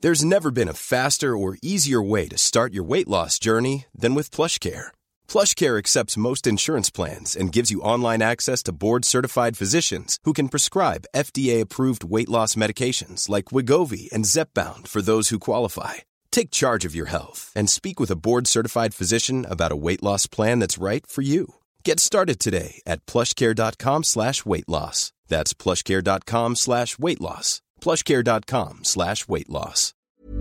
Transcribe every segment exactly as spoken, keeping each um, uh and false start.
There's never been a faster or easier way to start your weight loss journey than with PlushCare. PlushCare accepts most insurance plans and gives you online access to board-certified physicians who can prescribe F D A-approved weight loss medications like Wegovy and Zepbound for those who qualify. Take charge of your health and speak with a board-certified physician about a weight loss plan that's right for you. Get started today at plushcare.com slash weight loss. That's plushcare.com slash weight loss. plushcare.com slash weight loss.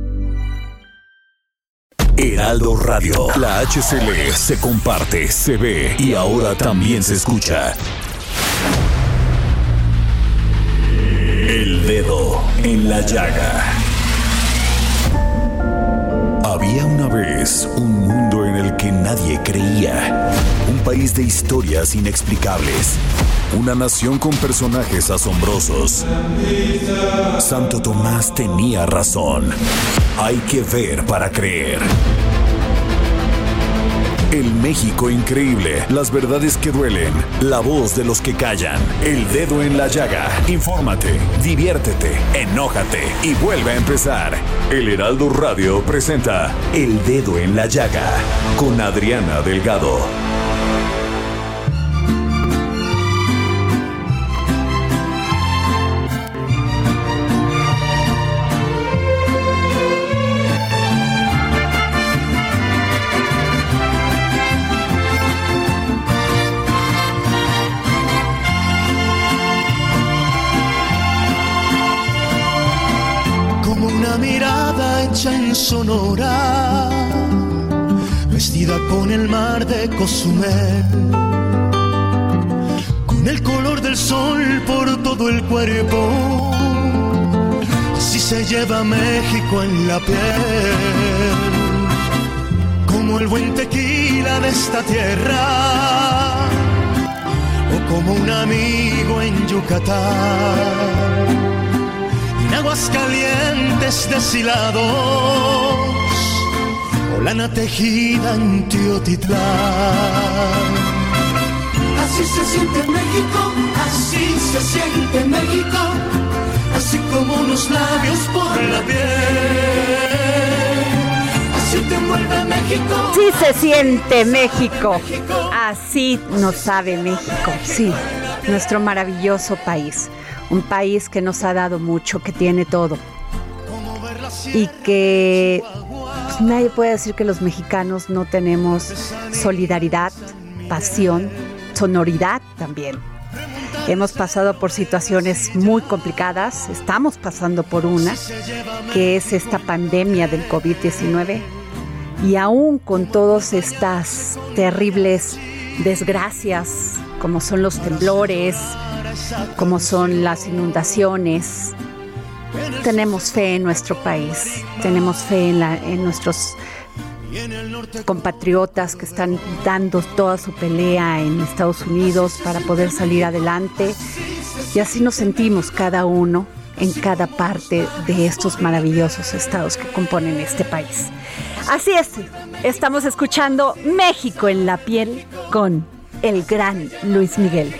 Heraldo Radio. La H C L se comparte, se ve y ahora también se escucha. El dedo en la llaga. Había una vez un mundo en el que nadie creía. Un país de historias inexplicables. Una nación con personajes asombrosos. Santo Tomás tenía razón. Hay que ver para creer. El México increíble, las verdades que duelen, la voz de los que callan, el dedo en la llaga. Infórmate, diviértete, enójate y vuelve a empezar. El Heraldo Radio presenta El Dedo en la Llaga con Adriana Delgado. En Sonora, vestida con el mar de Cozumel, con el color del sol por todo el cuerpo, así se lleva México en la piel, como el buen tequila de esta tierra, o como un amigo en Yucatán. Aguascalientes deshilados, o lana tejida en Teotitlán. Así se siente México, así se siente México, así como unos labios por la piel. Así te envuelve México. Sí se siente México, así nos sabe México, sí, nuestro maravilloso país. Un país que nos ha dado mucho, que tiene todo. Y que pues, nadie puede decir que los mexicanos no tenemos solidaridad, pasión, sonoridad también. Hemos pasado por situaciones muy complicadas, estamos pasando por una, que es esta pandemia del covid diecinueve. Y aún con todas estas terribles desgracias, como son los temblores, como son las inundaciones, tenemos fe en nuestro país, tenemos fe en, la, en nuestros compatriotas que están dando toda su pelea en Estados Unidos para poder salir adelante, y así nos sentimos cada uno en cada parte de estos maravillosos estados que componen este país. Así es, estamos escuchando México en la piel con el gran Luis Miguel.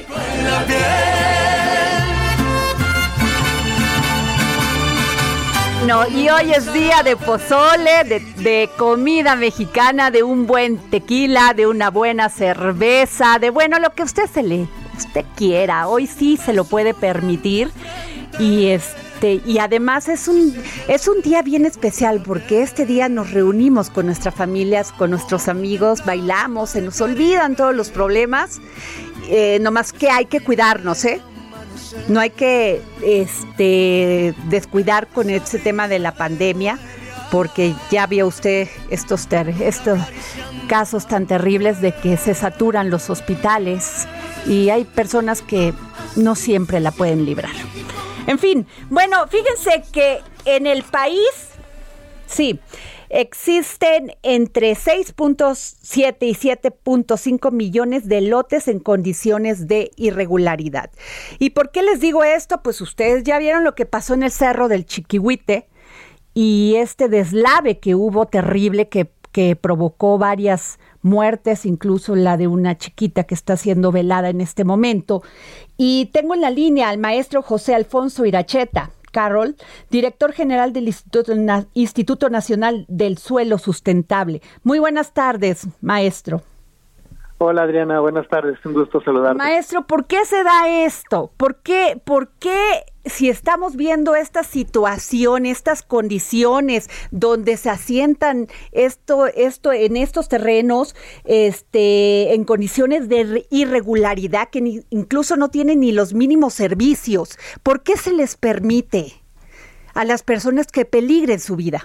No, y hoy es día de pozole, de, de comida mexicana, de un buen tequila, de una buena cerveza, de bueno, lo que usted se le, usted quiera. Hoy sí se lo puede permitir. Y este, y además es un, es un día bien especial, porque este día nos reunimos con nuestras familias, con nuestros amigos, bailamos, se nos olvidan todos los problemas, eh, nomás que hay que cuidarnos, ¿eh? No hay que este, descuidar con ese tema de la pandemia, porque ya vio usted estos, ter- estos casos tan terribles de que se saturan los hospitales y hay personas que no siempre la pueden librar. En fin, bueno, fíjense que en el país, sí, existen entre seis punto siete y siete punto cinco millones de lotes en condiciones de irregularidad. ¿Y por qué les digo esto? Pues ustedes ya vieron lo que pasó en el Cerro del Chiquihuite y este deslave que hubo terrible que, que provocó varias muertes, incluso la de una chiquita que está siendo velada en este momento. Y tengo en la línea al maestro José Alfonso Iracheta, Carroll, director general del Instituto, Na- Instituto Nacional del Suelo Sustentable. Muy buenas tardes, maestro. Hola Adriana, buenas tardes, un gusto saludarte. Maestro, ¿por qué se da esto? ¿Por qué, por qué si estamos viendo esta situación, estas condiciones donde se asientan esto, esto en estos terrenos, este, en condiciones de irregularidad que ni, incluso no tienen ni los mínimos servicios? ¿Por qué se les permite a las personas que peligren su vida?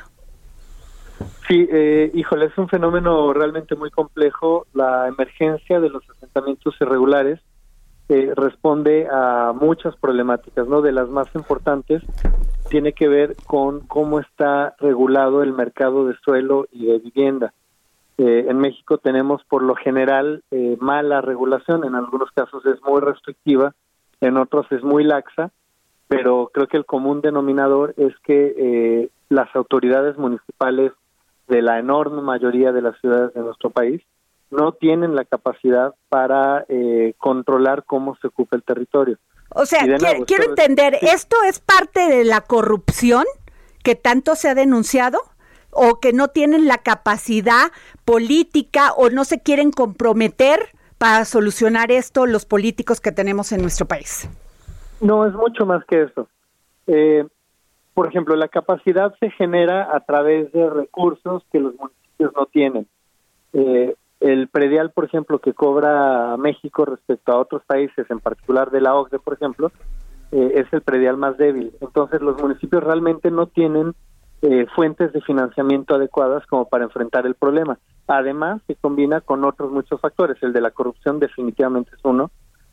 Sí, eh, híjole, es un fenómeno realmente muy complejo. La emergencia de los asentamientos irregulares eh, responde a muchas problemáticas, ¿no? De las más importantes tiene que ver con cómo está regulado el mercado de suelo y de vivienda. Eh, en México tenemos por lo general eh, mala regulación, en algunos casos es muy restrictiva, en otros es muy laxa, pero creo que el común denominador es que eh, las autoridades municipales de la enorme mayoría de las ciudades de nuestro país no tienen la capacidad para eh, controlar cómo se ocupa el territorio. O sea, nuevo, quiero, quiero entender, sí. ¿Esto es parte de la corrupción que tanto se ha denunciado? ¿O que no tienen la capacidad política o no se quieren comprometer para solucionar esto los políticos que tenemos en nuestro país? No, es mucho más que eso. Eh, Por ejemplo, la capacidad se genera a través de recursos que los municipios no tienen. Eh, el predial, por ejemplo, que cobra México respecto a otros países, en particular de la O C D E, por ejemplo, eh, es el predial más débil. Entonces, los municipios realmente no tienen eh, fuentes de financiamiento adecuadas como para enfrentar el problema. Además, se combina con otros muchos factores. El de la corrupción definitivamente es uno.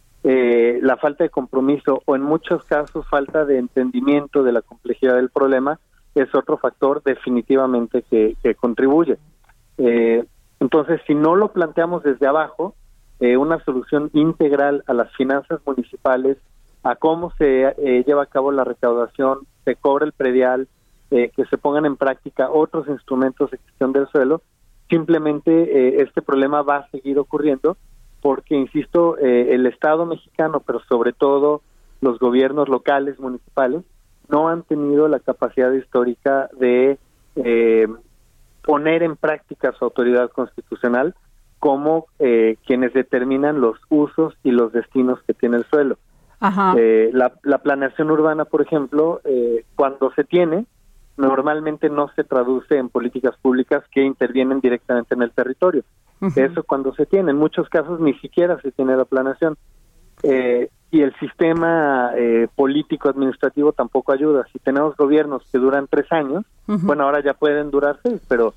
Eh, la falta de compromiso o en muchos casos falta de entendimiento de la complejidad del problema es otro factor definitivamente que, que contribuye. Eh, entonces, si no lo planteamos desde abajo, eh, una solución integral a las finanzas municipales, a cómo se eh, lleva a cabo la recaudación, se cobra el predial, eh, que se pongan en práctica otros instrumentos de gestión del suelo, simplemente eh, este problema va a seguir ocurriendo porque, insisto, eh, el Estado mexicano, pero sobre todo los gobiernos locales, municipales, no han tenido la capacidad histórica de eh, poner en práctica su autoridad constitucional como eh, quienes determinan los usos y los destinos que tiene el suelo. Ajá. Eh, la, la planeación urbana, por ejemplo, eh, cuando se tiene, normalmente no se traduce en políticas públicas que intervienen directamente en el territorio. Uh-huh. Eso cuando se tiene, en muchos casos ni siquiera se tiene la planeación. Eh, y el sistema eh, político-administrativo tampoco ayuda. Si tenemos gobiernos que duran tres años, uh-huh. bueno, ahora ya pueden durar seis, pero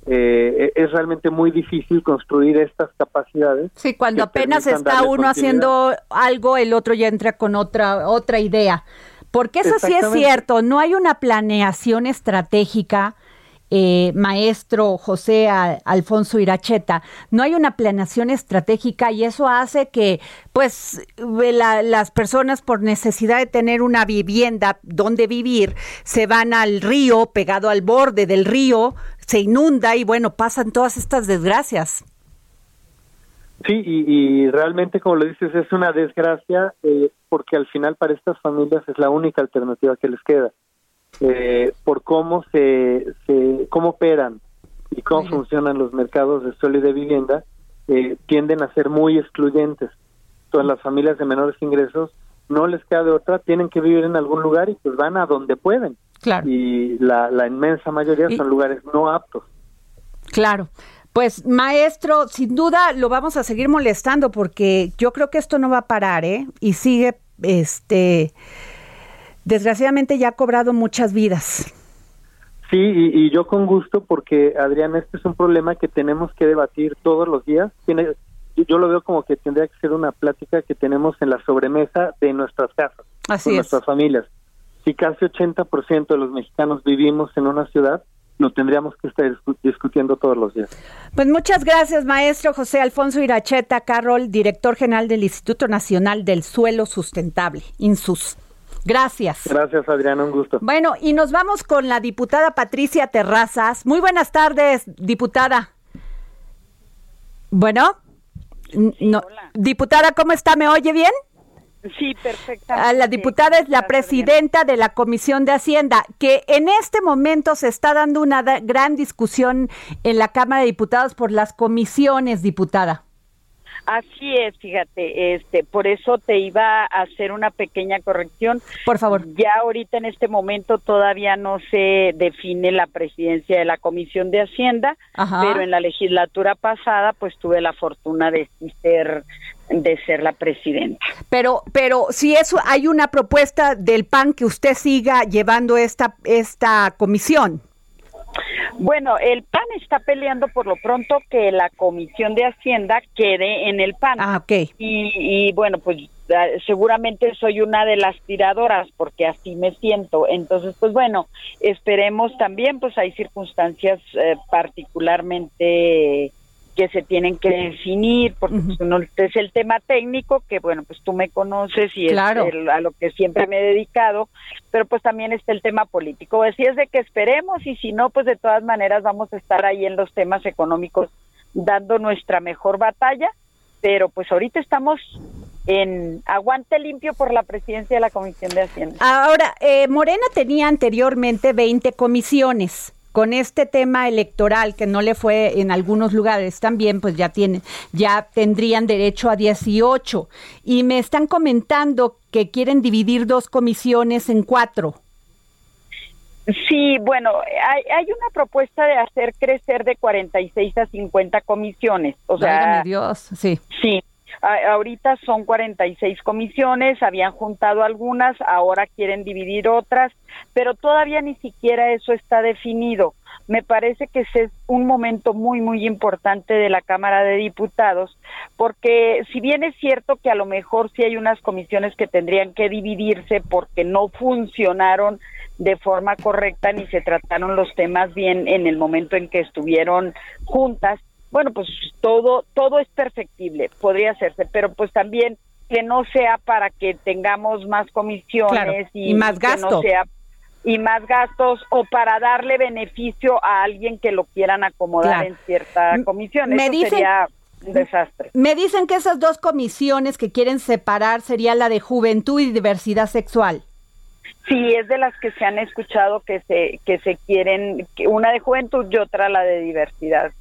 eh, es realmente muy difícil construir estas capacidades. Sí, cuando apenas está uno haciendo algo, el otro ya entra con otra, otra idea. Porque eso sí es cierto, no hay una planeación estratégica. Eh, maestro José a, Alfonso Iracheta, no hay una planeación estratégica y eso hace que pues la, las personas por necesidad de tener una vivienda donde vivir se van al río, pegado al borde del río, se inunda y bueno, pasan todas estas desgracias. Sí, y, y realmente, como lo dices, es una desgracia eh, porque al final para estas familias es la única alternativa que les queda. Eh, por cómo se, se cómo operan y cómo Ajá. funcionan los mercados de suelo y de vivienda, eh, tienden a ser muy excluyentes. Todas las familias de menores ingresos no les queda de otra, tienen que vivir en algún lugar y pues van a donde pueden. Claro. Y la, la inmensa mayoría y... son lugares no aptos. Claro. Pues, maestro, sin duda lo vamos a seguir molestando porque yo creo que esto no va a parar, ¿eh? Y sigue, este... desgraciadamente ya ha cobrado muchas vidas. Sí, y, y yo con gusto, porque, Adrián, este es un problema que tenemos que debatir todos los días. Tiene, yo lo veo como que tendría que ser una plática que tenemos en la sobremesa de nuestras casas, Así con es. nuestras familias. Si casi ochenta por ciento de los mexicanos vivimos en una ciudad, lo tendríamos que estar discutiendo todos los días. Pues muchas gracias, maestro José Alfonso Iracheta Carroll, director general del Instituto Nacional del Suelo Sustentable, INSUS. Gracias. Gracias, Adriana, un gusto. Bueno, y nos vamos con la diputada Patricia Terrazas. Muy buenas tardes, diputada. Bueno, Sí, no, hola. diputada, ¿cómo está? ¿Me oye bien? Sí, perfectamente. A la diputada es la presidenta de la Comisión de Hacienda, que en este momento se está dando una da- gran discusión en la Cámara de Diputados por las comisiones, diputada. Así es, fíjate, este, por eso te iba a hacer una pequeña corrección. Por favor. Ya ahorita en este momento todavía no se define la presidencia de la Comisión de Hacienda, Ajá. pero en la legislatura pasada pues tuve la fortuna de ser de ser la presidenta. Pero, pero si eso hay una propuesta del P A N que usted siga llevando esta esta comisión. Bueno, el P A N está peleando por lo pronto que la Comisión de Hacienda quede en el P A N. Ah, ok. Y, y bueno, pues seguramente soy una de las tiradoras porque así me siento. Entonces, pues bueno, esperemos también, pues hay circunstancias eh, particularmente que se tienen que definir, porque uh-huh. pues, uno, es el tema técnico, que bueno, pues tú me conoces y claro. es el, a lo que siempre me he dedicado, pero pues también está el tema político. Así es de que esperemos, y si no, pues de todas maneras vamos a estar ahí en los temas económicos dando nuestra mejor batalla, pero pues ahorita estamos en aguante limpio por la presidencia de la Comisión de Hacienda. Ahora, eh, Morena tenía anteriormente veinte comisiones. Con este tema electoral que no le fue en algunos lugares también, pues ya tienen, ya tendrían derecho a dieciocho. Y me están comentando que quieren dividir dos comisiones en cuatro. Sí, bueno, hay, hay una propuesta de hacer crecer de cuarenta y seis a cincuenta comisiones. O sea, válgame Dios, sí. Sí. A, ahorita son cuarenta y seis comisiones, habían juntado algunas, ahora quieren dividir otras, pero todavía ni siquiera eso está definido. Me parece que ese es un momento muy, muy importante de la Cámara de Diputados, porque si bien es cierto que a lo mejor sí hay unas comisiones que tendrían que dividirse porque no funcionaron de forma correcta ni se trataron los temas bien en el momento en que estuvieron juntas, bueno, pues todo todo es perfectible, podría hacerse, pero pues también que no sea para que tengamos más comisiones claro, y, y más y gasto. Que no sea, y más gastos o para darle beneficio a alguien que lo quieran acomodar claro. en cierta comisión. Me Eso dicen, sería un desastre. Me dicen que esas dos comisiones que quieren separar sería la de Juventud y Diversidad Sexual. Sí, es de las que se han escuchado que se que se quieren, que una de Juventud y otra la de Diversidad.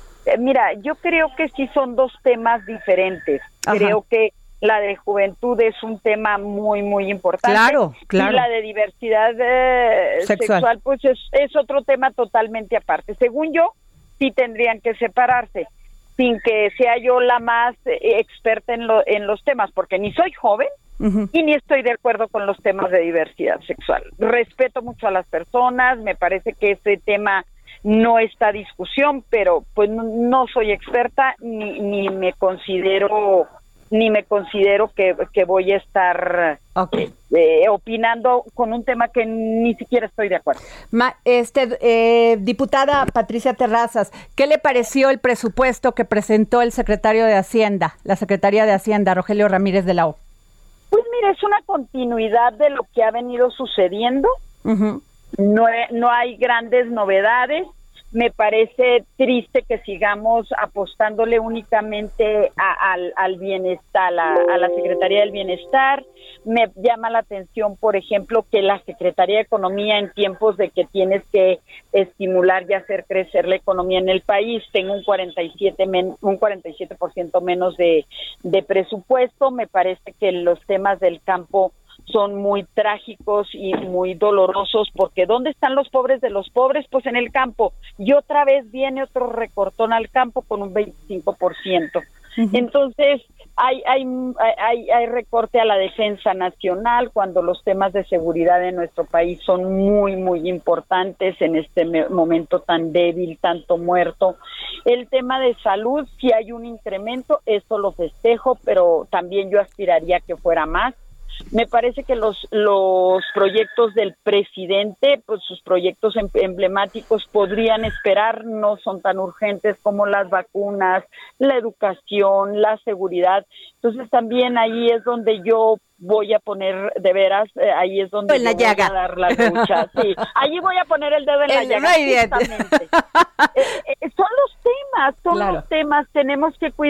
Mira, yo creo que sí son dos temas diferentes. Ajá. Creo que la de juventud es un tema muy, muy importante. Claro, claro. Y la de diversidad eh, sexual. sexual, pues es, es otro tema totalmente aparte. Según yo, sí tendrían que separarse, sin que sea yo la más eh, experta en, lo, en los temas, porque ni soy joven uh-huh. y ni estoy de acuerdo con los temas de diversidad sexual. Respeto mucho a las personas, me parece que ese tema no está a discusión, pero pues no, no soy experta ni, ni me considero ni me considero que, que voy a estar okay. eh, opinando con un tema que ni siquiera estoy de acuerdo. Ma, este eh, diputada Patricia Terrazas, ¿qué le pareció el presupuesto que presentó el secretario de Hacienda, la Secretaría de Hacienda, Rogelio Ramírez de la O? Pues mira, es una continuidad de lo que ha venido sucediendo. Uh-huh. No, no hay grandes novedades. Me parece triste que sigamos apostándole únicamente a, al, al bienestar, a la, a la Secretaría del Bienestar. Me llama la atención, por ejemplo, que la Secretaría de Economía, en tiempos de que tienes que estimular y hacer crecer la economía en el país, tenga un cuarenta y siete men, un cuarenta y siete por ciento menos de, de presupuesto. Me parece que los temas del campo son muy trágicos y muy dolorosos, porque ¿dónde están los pobres de los pobres? Pues en el campo. Y otra vez viene otro recortón al campo con un veinticinco por ciento. Uh-huh. Entonces, hay, hay, hay, hay recorte a la defensa nacional cuando los temas de seguridad en nuestro país son muy, muy importantes en este momento tan débil, tanto muerto. El tema de salud, si hay un incremento, eso lo festejo, pero también yo aspiraría que fuera más. Me parece que los los proyectos del presidente, pues sus proyectos em, emblemáticos podrían esperar, no son tan urgentes como las vacunas, la educación, la seguridad. Entonces también ahí es donde yo voy a poner, de veras, eh, ahí es donde en la yo llaga. voy a dar la lucha. Sí, allí voy a poner el dedo en el, la llaga, justamente. eh, eh, son los temas, son claro. los temas, tenemos que cuidar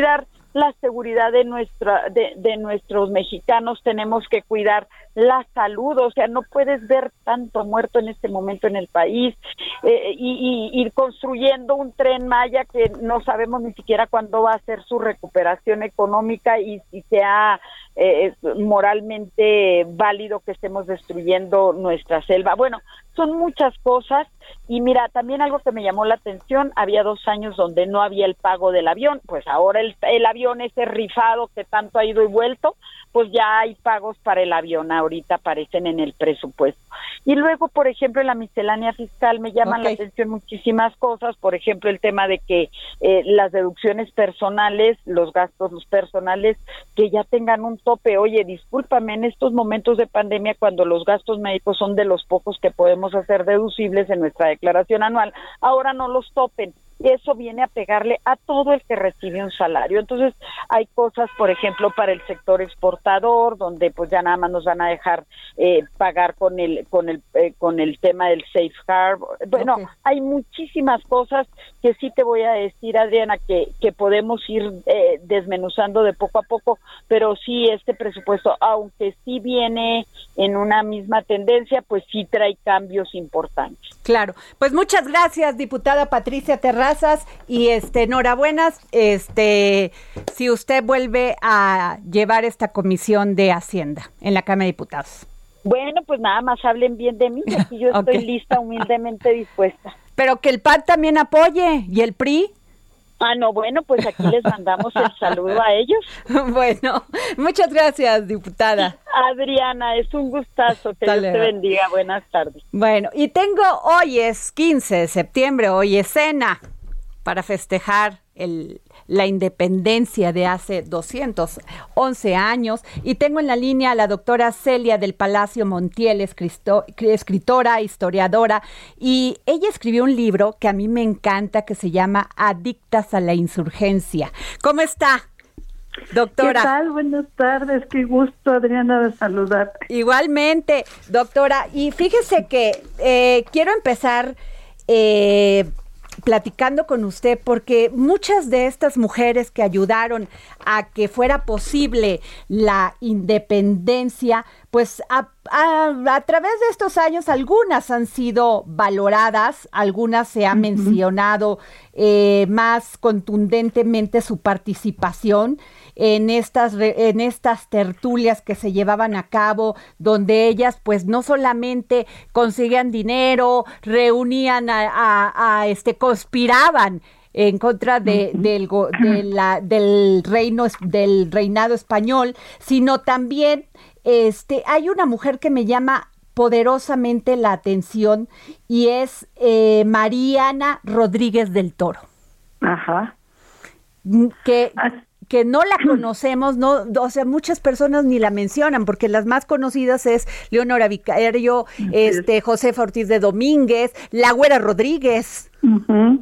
la seguridad de nuestra de, de nuestros mexicanos, tenemos que cuidar la salud, o sea, no puedes ver tanto muerto en este momento en el país, eh, y, y ir construyendo un Tren Maya que no sabemos ni siquiera cuándo va a ser su recuperación económica y si sea eh, moralmente válido que estemos destruyendo nuestra selva. Bueno, son muchas cosas. Y mira, también algo que me llamó la atención, había dos años donde no había el pago del avión, pues ahora el, el avión ese rifado que tanto ha ido y vuelto, pues ya hay pagos para el avión, ahorita aparecen en el presupuesto. Y luego, por ejemplo, en la miscelánea fiscal me llaman okay. la atención muchísimas cosas, por ejemplo, el tema de que eh, las deducciones personales, los gastos los personales, que ya tengan un tope. Oye, discúlpame, en estos momentos de pandemia, cuando los gastos médicos son de los pocos que podemos hacer deducibles en nuestra declaración anual, ahora no los topen. Eso viene a pegarle a todo el que recibe un salario. Entonces, hay cosas, por ejemplo, para el sector exportador, donde pues ya nada más nos van a dejar eh, pagar con el con el eh, con el tema del Safe Harbor. Bueno, okay. hay muchísimas cosas que sí te voy a decir, Adriana, que que podemos ir eh, desmenuzando de poco a poco, pero sí este presupuesto, aunque sí viene en una misma tendencia, pues sí trae cambios importantes. Claro. Pues muchas gracias, diputada Patricia Terrazas. Y este, enhorabuena, este, si usted vuelve a llevar esta comisión de Hacienda en la Cámara de Diputados. Bueno, pues nada más hablen bien de mí, aquí yo estoy okay. lista, humildemente dispuesta. Pero que el P A N también apoye, ¿y el P R I? Ah, no, bueno, pues aquí les mandamos el saludo a ellos. Bueno, muchas gracias, diputada. Adriana, es un gustazo, que Dios te bendiga, buenas tardes. Bueno, y tengo, hoy es quince de septiembre, hoy es cena para festejar el, la independencia de hace doscientos once años, y tengo en la línea a la doctora Celia del Palacio Montiel, escrito, escritora, historiadora, y ella escribió un libro que a mí me encanta, que se llama Adictas a la Insurgencia. ¿Cómo está, doctora? ¿Qué tal? Buenas tardes, qué gusto, Adriana, de saludarte. Igualmente, doctora, y fíjese que eh, quiero empezar eh, platicando con usted, porque muchas de estas mujeres que ayudaron a que fuera posible la independencia, pues a, a, a través de estos años algunas han sido valoradas, algunas se ha uh-huh. mencionado eh, más contundentemente su participación en estas en estas tertulias que se llevaban a cabo, donde ellas pues no solamente conseguían dinero, reunían a, a, a este conspiraban en contra de, uh-huh. del de la, del reino del reinado español, sino también este hay una mujer que me llama poderosamente la atención, y es eh, Mariana Rodríguez del Toro. Ajá. Que que no la conocemos, no, o sea, muchas personas ni la mencionan, porque las más conocidas es Leonora Vicario, este, Josefa Ortiz de Domínguez, La Güera Rodríguez. Uh-huh.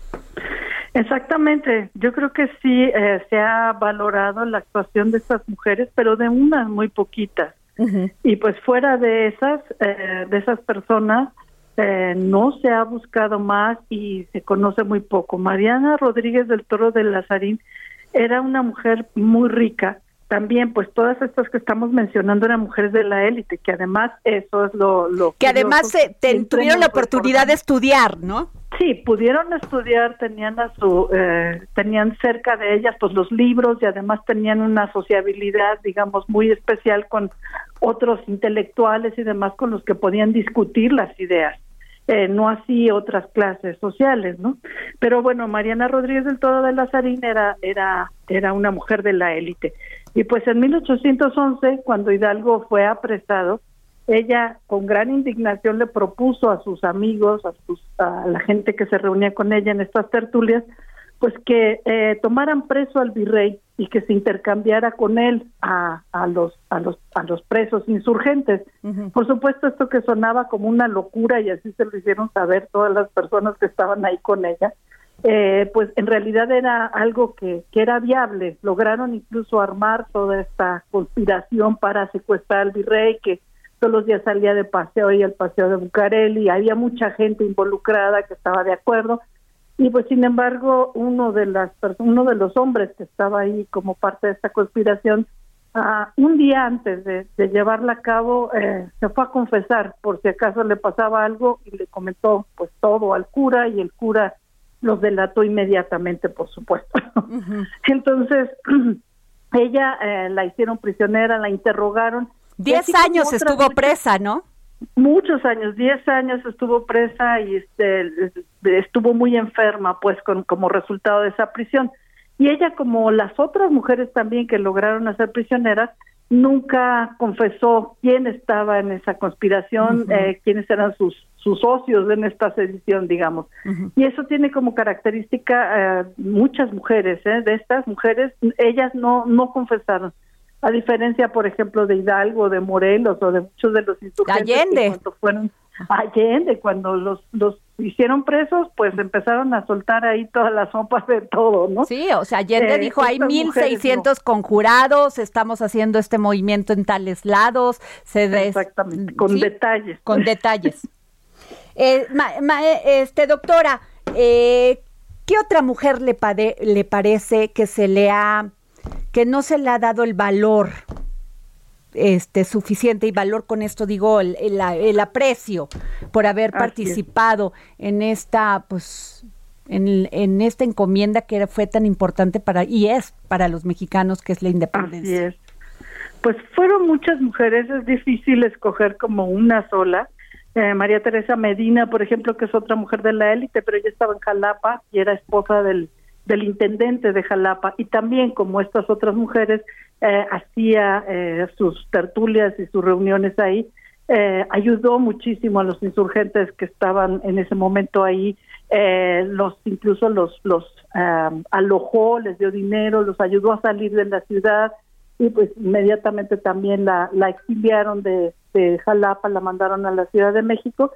Exactamente, yo creo que sí eh, se ha valorado la actuación de estas mujeres, pero de unas muy poquitas. Uh-huh. Y pues fuera de esas, eh, de esas personas, eh, no se ha buscado más y se conoce muy poco. Mariana Rodríguez del Toro de Lazarín era una mujer muy rica. También, pues todas estas que estamos mencionando eran mujeres de la élite, que además eso es lo... lo que además se, te, tuvieron la oportunidad de estudiar, ¿no? Sí, pudieron estudiar, tenían a su, eh, tenían cerca de ellas pues los libros, y además tenían una sociabilidad, digamos, muy especial con otros intelectuales y demás con los que podían discutir las ideas. Eh, no así otras clases sociales, ¿no? Pero bueno, Mariana Rodríguez del Toro de Lazarín era era era una mujer de la élite. Y pues en mil ochocientos once, cuando Hidalgo fue apresado, ella con gran indignación le propuso a sus amigos, a, sus, a la gente que se reunía con ella en estas tertulias, pues que eh, tomaran preso al virrey y que se intercambiara con él a, a los a los a los presos insurgentes. Uh-huh. Por supuesto, esto que sonaba como una locura, y así se lo hicieron saber todas las personas que estaban ahí con ella, eh, pues en realidad era algo que, que era viable. Lograron incluso armar toda esta conspiración para secuestrar al virrey, que todos los días salía de paseo y el paseo de Bucareli, y había mucha gente involucrada que estaba de acuerdo. y pues sin embargo uno de las uno de los hombres que estaba ahí como parte de esta conspiración, uh, un día antes de, de llevarla a cabo, eh, se fue a confesar por si acaso le pasaba algo y le comentó pues todo al cura, y el cura los delató inmediatamente, por supuesto. Uh-huh. Entonces ella eh, la hicieron prisionera, la interrogaron. Diez años estuvo muchas, presa, ¿no? Muchos años, diez años estuvo presa y este estuvo muy enferma, pues, con como resultado de esa prisión. Y ella, como las otras mujeres también que lograron hacer prisioneras, nunca confesó quién estaba en esa conspiración, uh-huh. eh, quiénes eran sus sus socios en esta sedición, digamos. Uh-huh. Y eso tiene como característica eh, muchas mujeres, eh, de estas mujeres, ellas no no confesaron. A diferencia, por ejemplo, de Hidalgo, de Morelos o de muchos de los insurgentes. Allende. Cuando fueron Allende, cuando los los hicieron presos, pues empezaron a soltar ahí todas las sopas de todo, ¿no? Sí, o sea, Allende eh, dijo, hay mil seiscientos no. conjurados, estamos haciendo este movimiento en tales lados. Se des... Exactamente, con ¿sí? detalles. Con detalles. eh, ma, ma, este, doctora, eh, ¿qué otra mujer le, pade, le parece que se le ha... que no se le ha dado el valor este suficiente, y valor con esto digo el, el, el aprecio por haber Así participado es. en esta pues en, en esta encomienda que fue tan importante para y es para los mexicanos, que es la independencia? Así es. Pues fueron muchas mujeres, es difícil escoger como una sola. Eh, María Teresa Medina, por ejemplo, que es otra mujer de la élite, pero ella estaba en Jalapa y era esposa del del intendente de Jalapa, y también, como estas otras mujeres, eh, hacía eh, sus tertulias y sus reuniones ahí, eh, ayudó muchísimo a los insurgentes que estaban en ese momento ahí, eh, los incluso los los um, alojó, les dio dinero, los ayudó a salir de la ciudad, y pues inmediatamente también la, la exiliaron de, de Jalapa, la mandaron a la Ciudad de México,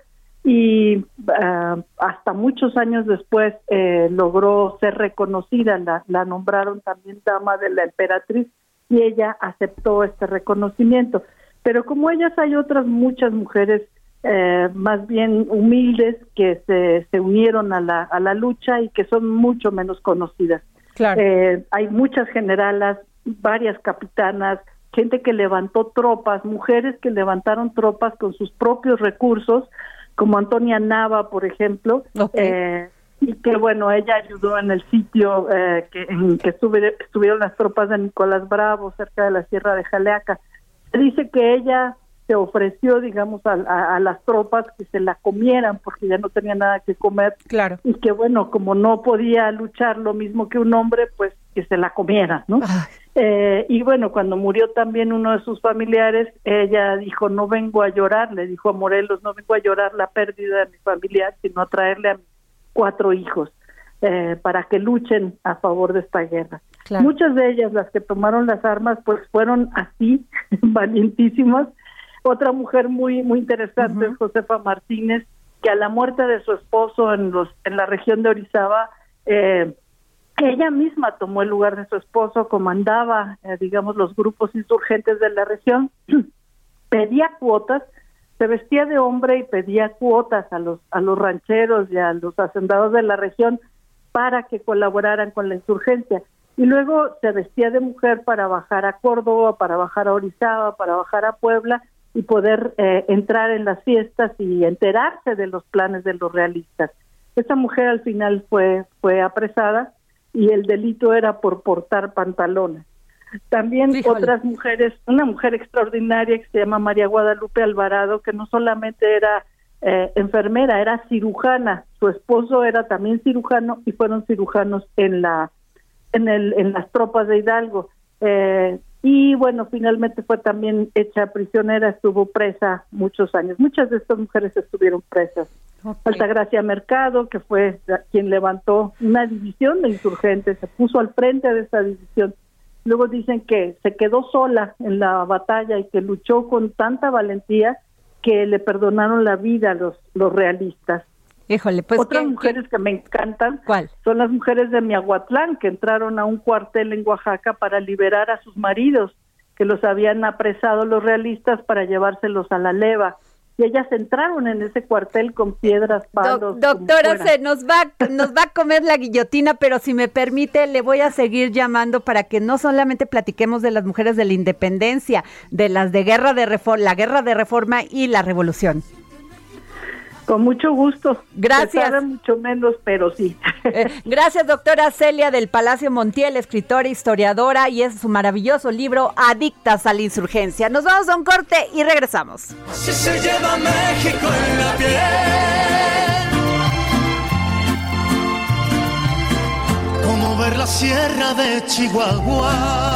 y uh, hasta muchos años después eh, logró ser reconocida, la, la nombraron también dama de la emperatriz, y ella aceptó este reconocimiento. Pero como ellas hay otras muchas mujeres eh, más bien humildes que se, se unieron a la, a la lucha y que son mucho menos conocidas. Claro. Eh, hay muchas generalas, varias capitanas, gente que levantó tropas, mujeres que levantaron tropas con sus propios recursos, como Antonia Nava, por ejemplo, okay. eh, y que bueno, ella ayudó en el sitio eh, que, en que estuve, estuvieron las tropas de Nicolás Bravo, cerca de la Sierra de Jaleaca. Se dice que ella se ofreció, digamos, a, a, a las tropas que se la comieran, porque ya no tenía nada que comer, claro. y que bueno, como no podía luchar lo mismo que un hombre, pues que se la comiera, ¿no? Eh, y bueno, cuando murió también uno de sus familiares, ella dijo, no vengo a llorar, le dijo a Morelos, no vengo a llorar la pérdida de mi familiar, sino a traerle a mis cuatro hijos eh, para que luchen a favor de esta guerra. Claro. Muchas de ellas, las que tomaron las armas, pues fueron así, valientísimas. Otra mujer muy muy interesante uh-huh. es Josefa Martínez, que a la muerte de su esposo en los en la región de Orizaba, eh, ella misma tomó el lugar de su esposo, comandaba, eh, digamos, los grupos insurgentes de la región, pedía cuotas, se vestía de hombre y pedía cuotas a los a los rancheros y a los hacendados de la región para que colaboraran con la insurgencia. Y luego se vestía de mujer para bajar a Córdoba, para bajar a Orizaba, para bajar a Puebla y poder eh, entrar en las fiestas y enterarse de los planes de los realistas. Esta mujer al final fue fue apresada y el delito era por portar pantalones. También Fíjole. otras mujeres, una mujer extraordinaria que se llama María Guadalupe Alvarado, que no solamente era eh, enfermera, era cirujana. Su esposo era también cirujano y fueron cirujanos en la en el en las tropas de Hidalgo. Eh, y bueno, finalmente fue también hecha prisionera, estuvo presa muchos años. Muchas de estas mujeres estuvieron presas. Okay. Altagracia Mercado, que fue quien levantó una división de insurgentes, se puso al frente de esa división. Luego dicen que se quedó sola en la batalla y que luchó con tanta valentía que le perdonaron la vida a los, los realistas. Híjole, pues Otras ¿qué, mujeres qué? que me encantan ¿Cuál? son las mujeres de Miahuatlán, que entraron a un cuartel en Oaxaca para liberar a sus maridos, que los habían apresado los realistas para llevárselos a la leva. y ellas entraron en ese cuartel con piedras, palos. Do- doctora, se nos va, nos va a comer la guillotina, pero si me permite, le voy a seguir llamando para que no solamente platiquemos de las mujeres de la independencia, de las de guerra de reforma, la guerra de reforma y la revolución. Con mucho gusto. Gracias. Se sabe mucho menos, pero sí. Eh, gracias, doctora Celia del Palacio Montiel, escritora, historiadora, y es su maravilloso libro Adictas a la Insurgencia. Nos vamos a un corte y regresamos. Si se lleva México en la piel, como ver la sierra de Chihuahua,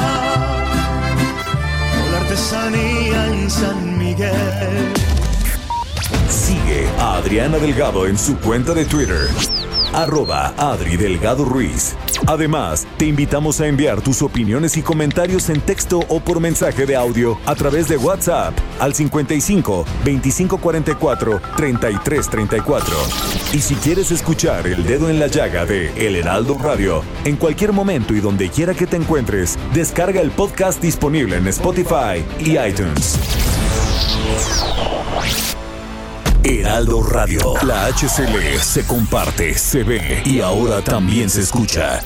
o la artesanía en San Miguel. Sigue a Adriana Delgado en su cuenta de Twitter, arroba Adri Delgado Ruiz. Además, te invitamos a enviar tus opiniones y comentarios en texto o por mensaje de audio a través de WhatsApp al cincuenta y cinco, veinticinco cuarenta y cuatro, treinta y tres treinta y cuatro. Y si quieres escuchar El Dedo en la Llaga de El Heraldo Radio, en cualquier momento y donde quiera que te encuentres, descarga el podcast disponible en Spotify y iTunes. Heraldo Radio, la H C L se comparte, se ve y ahora también se escucha.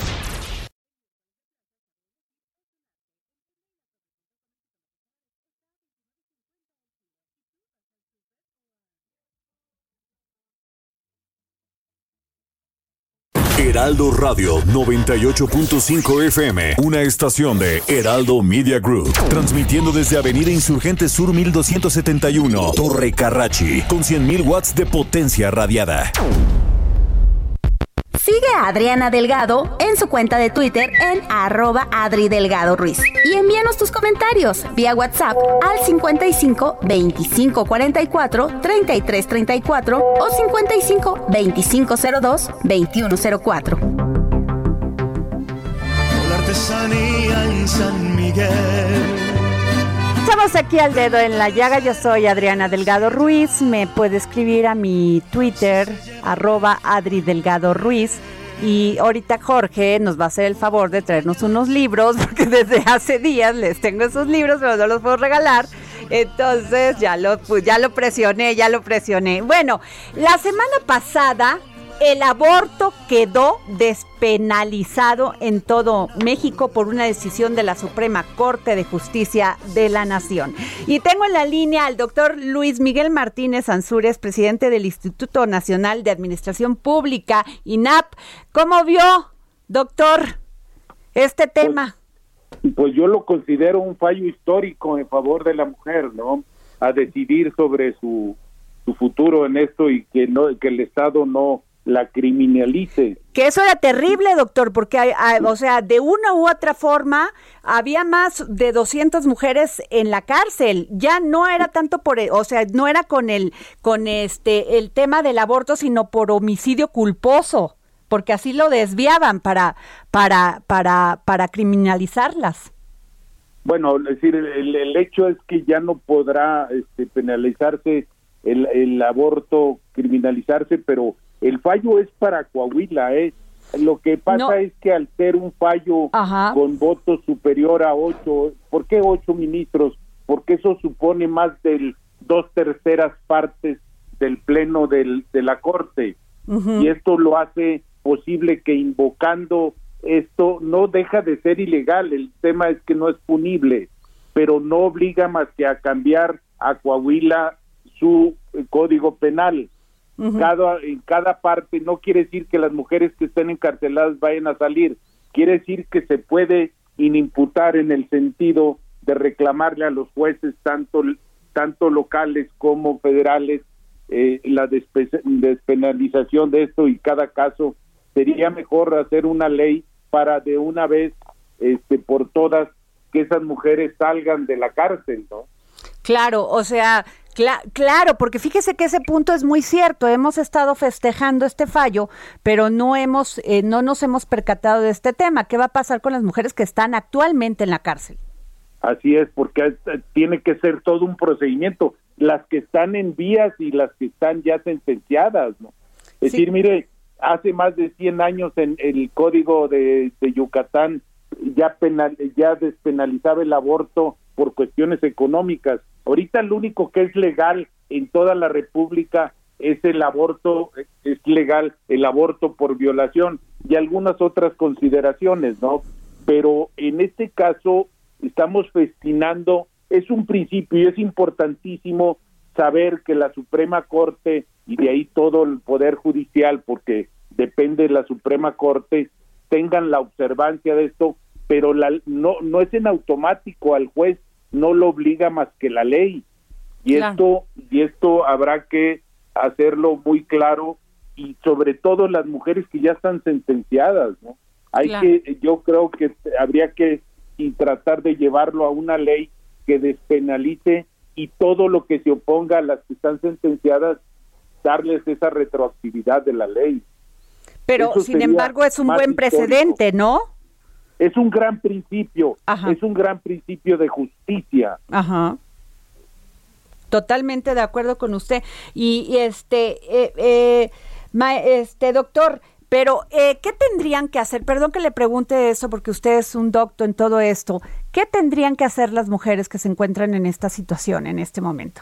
Heraldo Radio noventa y ocho punto cinco F M, una estación de Heraldo Media Group, transmitiendo desde Avenida Insurgente Sur mil doscientos setenta y uno, Torre Carrachi, con cien mil watts de potencia radiada. Sigue a Adriana Delgado en su cuenta de Twitter en arroba Adri Delgado Ruiz. Y envíanos tus comentarios vía WhatsApp al cincuenta y cinco, veinticinco cuarenta y cuatro, treinta y tres treinta y cuatro o cincuenta y cinco, veinticinco cero dos, veintiuno cero cuatro. La artesanía en San Miguel. Estamos aquí al Dedo en la Llaga. Yo soy Adriana Delgado Ruiz. Me puede escribir a mi Twitter, arroba Adri Delgado Ruiz. Y ahorita Jorge nos va a hacer el favor de traernos unos libros, porque desde hace días les tengo esos libros, pero no los puedo regalar. Entonces ya lo, pues, ya lo presioné, ya lo presioné. Bueno, la semana pasada el aborto quedó despenalizado en todo México por una decisión de la Suprema Corte de Justicia de la Nación. Y tengo en la línea al doctor Luis Miguel Martínez Ansúrez, presidente del Instituto Nacional de Administración Pública, I N A P. ¿Cómo vio, doctor, este tema? Pues, pues yo lo considero un fallo histórico en favor de la mujer, ¿no? A decidir sobre su, su futuro en esto y que no que el Estado no la criminalice. Que eso era terrible, doctor, porque, hay, hay, o sea, de una u otra forma había más de doscientas mujeres en la cárcel. Ya no era tanto por, o sea, no era con el con este el tema del aborto, sino por homicidio culposo, porque así lo desviaban para para para para criminalizarlas. Bueno, es decir, el, el hecho es que ya no podrá este, penalizarse el, el aborto, criminalizarse, pero el fallo es para Coahuila, ¿eh? Lo que pasa no. es que al ser un fallo Ajá. con voto superior a ocho, ¿por qué ocho ministros? Porque eso supone más de dos terceras partes del pleno del, de la Corte. Uh-huh. Y esto lo hace posible que invocando esto no deja de ser ilegal, el tema es que no es punible, pero no obliga más que a cambiar a Coahuila su eh, código penal. Uh-huh. Cada, en cada parte no quiere decir que las mujeres que estén encarceladas vayan a salir, quiere decir que se puede inimputar en el sentido de reclamarle a los jueces tanto, tanto locales como federales eh, la despe- despenalización de esto, y cada caso sería mejor hacer una ley para de una vez este por todas que esas mujeres salgan de la cárcel, ¿no? Claro, o sea, cl- claro, porque fíjese que ese punto es muy cierto. Hemos estado festejando este fallo, pero no hemos, eh, no nos hemos percatado de este tema. ¿Qué va a pasar con las mujeres que están actualmente en la cárcel? Así es, porque tiene que ser todo un procedimiento. Las que están en vías y las que están ya sentenciadas, ¿no? Es sí. decir, mire, hace más de cien años en el Código de, de Yucatán ya penal, ya despenalizaba el aborto por cuestiones económicas. Ahorita lo único que es legal en toda la República es el aborto, es legal el aborto por violación y algunas otras consideraciones, ¿no? Pero en este caso estamos festinando, es un principio y es importantísimo saber que la Suprema Corte y de ahí todo el Poder Judicial, porque depende de la Suprema Corte, tengan la observancia de esto, pero la, no no es en automático, al juez no lo obliga más que la ley, y claro. esto y esto habrá que hacerlo muy claro, y sobre todo las mujeres que ya están sentenciadas, ¿no? Hay claro. que, yo creo que habría que y tratar de llevarlo a una ley que despenalice, y todo lo que se oponga a las que están sentenciadas, darles esa retroactividad de la ley. Pero, Eso sin embargo, es un buen precedente, ¿no? Es un gran principio, Ajá. es un gran principio de justicia. Ajá. Totalmente de acuerdo con usted. Y, y este, eh, eh, ma, este doctor, pero eh, ¿qué tendrían que hacer? Perdón que le pregunte eso porque usted es un doctor en todo esto. ¿Qué tendrían que hacer las mujeres que se encuentran en esta situación en este momento?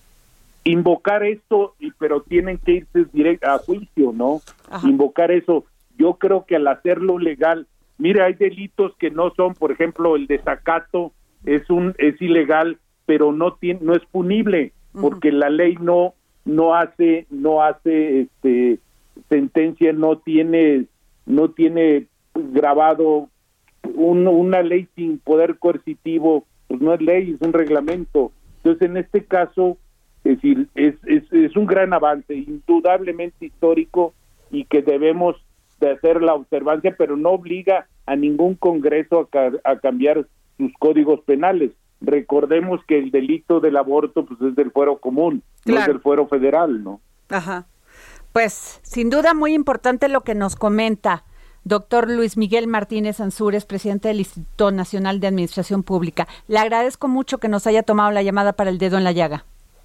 Invocar esto, pero tienen que irse directo a juicio, ¿no? Ajá. Invocar eso. Yo creo que al hacerlo legal, mire, hay delitos que no son, por ejemplo, el desacato es un es ilegal, pero no tiene no es punible, porque uh-huh. la ley no no hace no hace este sentencia, no tiene no tiene grabado un, una ley sin poder coercitivo, pues no es ley, es un reglamento. Entonces, en este caso, es decir, es, es, es un gran avance, indudablemente histórico, y que debemos de hacer la observancia, pero no obliga a ningún Congreso a, ca- a cambiar sus códigos penales. Recordemos que el delito del aborto pues es del fuero común, claro. no es del fuero federal, ¿no? Ajá. Pues, sin duda, muy importante lo que nos comenta doctor Luis Miguel Martínez Ansúrez, presidente del Instituto Nacional de Administración Pública. Le agradezco mucho que nos haya tomado la llamada para El Dedo en la Llaga.